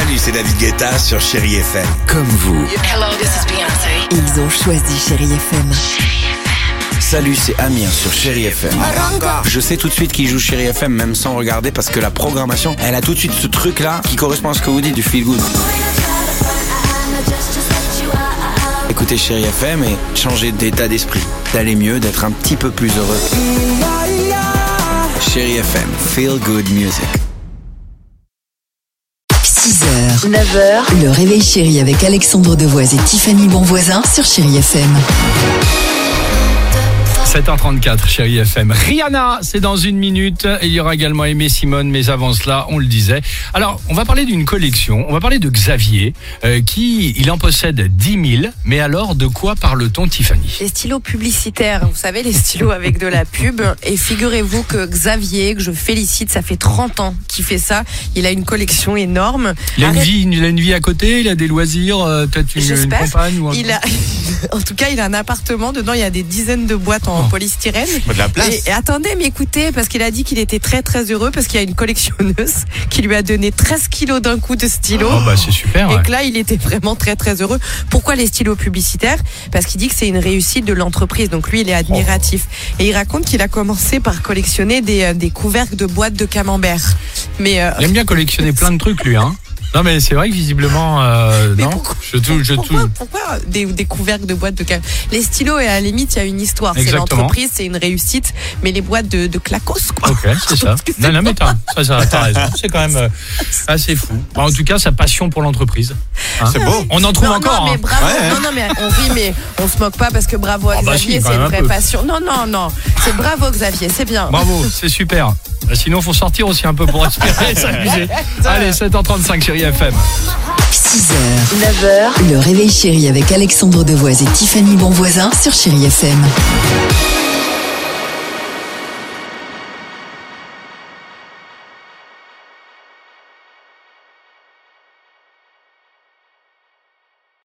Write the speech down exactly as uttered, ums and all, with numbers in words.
Salut, c'est David Guetta sur Chérie F M. Comme vous. Hello, this is Beyoncé. Ils ont choisi Chérie F M. Salut, c'est Amir sur Chérie F M. Je sais tout de suite qui joue Chérie F M, même sans regarder, parce que la programmation, elle a tout de suite ce truc-là qui correspond à ce que vous dites du feel good. Écoutez Chérie F M et changez d'état d'esprit, d'aller mieux, d'être un petit peu plus heureux. Chérie F M, feel good music. six heures, neuf heures, le réveil chéri avec Alexandre Devoise et Tiffany Bonvoisin sur Chérie F M. sept heures trente-quatre, Chérie F M. Rihanna, c'est dans une minute. Il y aura également Aimé Simone, mais avant cela, on le disait. Alors, on va parler d'une collection. On va parler de Xavier, euh, qui, il en possède dix mille. Mais alors, de quoi parle-t-on, Tiffany ? Les stylos publicitaires, vous savez, les stylos avec de la pub. Et figurez-vous que Xavier, que je félicite, ça fait trente ans qu'il fait ça. Il a une collection énorme. Il a, une Arrête... vie, il a une vie à côté, il a des loisirs, euh, peut-être une, une compagne ou un... il a... En tout cas, il a un appartement. Dedans, il y a des dizaines de boîtes en Oh. polystyrène. De la place. Et, et attendez, mais écoutez, parce qu'il a dit qu'il était très très heureux parce qu'il y a une collectionneuse qui lui a donné treize kilos d'un coup de stylos. Oh bah c'est super. Et Ouais. que là, il était vraiment très très heureux. Pourquoi les stylos publicitaires ? Parce qu'il dit que c'est une réussite de l'entreprise. Donc lui, il est admiratif. Et il raconte qu'il a commencé par collectionner des, euh, des couvercles de boîtes de camembert. Mais euh, Il aime bien collectionner plein de trucs, lui, hein. Non mais c'est vrai que visiblement euh, Mais non, pourquoi, je touche, je pourquoi, touche. pourquoi des, des couvercles de boîtes de camembert ? Les stylos, et à la limite, il y a une histoire. C'est Exactement. l'entreprise, c'est une réussite. Mais les boîtes de, de clacos, quoi. Ok, c'est ça. Parce que c'est Non, non, mais pas- t'as, ça, ça, t'as raison. C'est quand même euh, assez fou. Bon, en tout cas, sa passion pour l'entreprise. Hein. C'est beau. On en trouve non, encore. Non, mais hein. bravo. Ouais. Non, non, mais on rit, mais on se moque pas parce que bravo à Ah bah Xavier, si, quand c'est même une un vraie peu. passion. Non, non, non. C'est bravo Xavier, c'est bien. Bravo, c'est super. Bah, sinon, faut sortir aussi un peu pour respirer et s'amuser. Allez, sept heures trente-cinq, Chérie F M. six heures, neuf heures, le réveil chéri avec Alexandre Devoise et Tiffany Bonvoisin sur Chérie F M.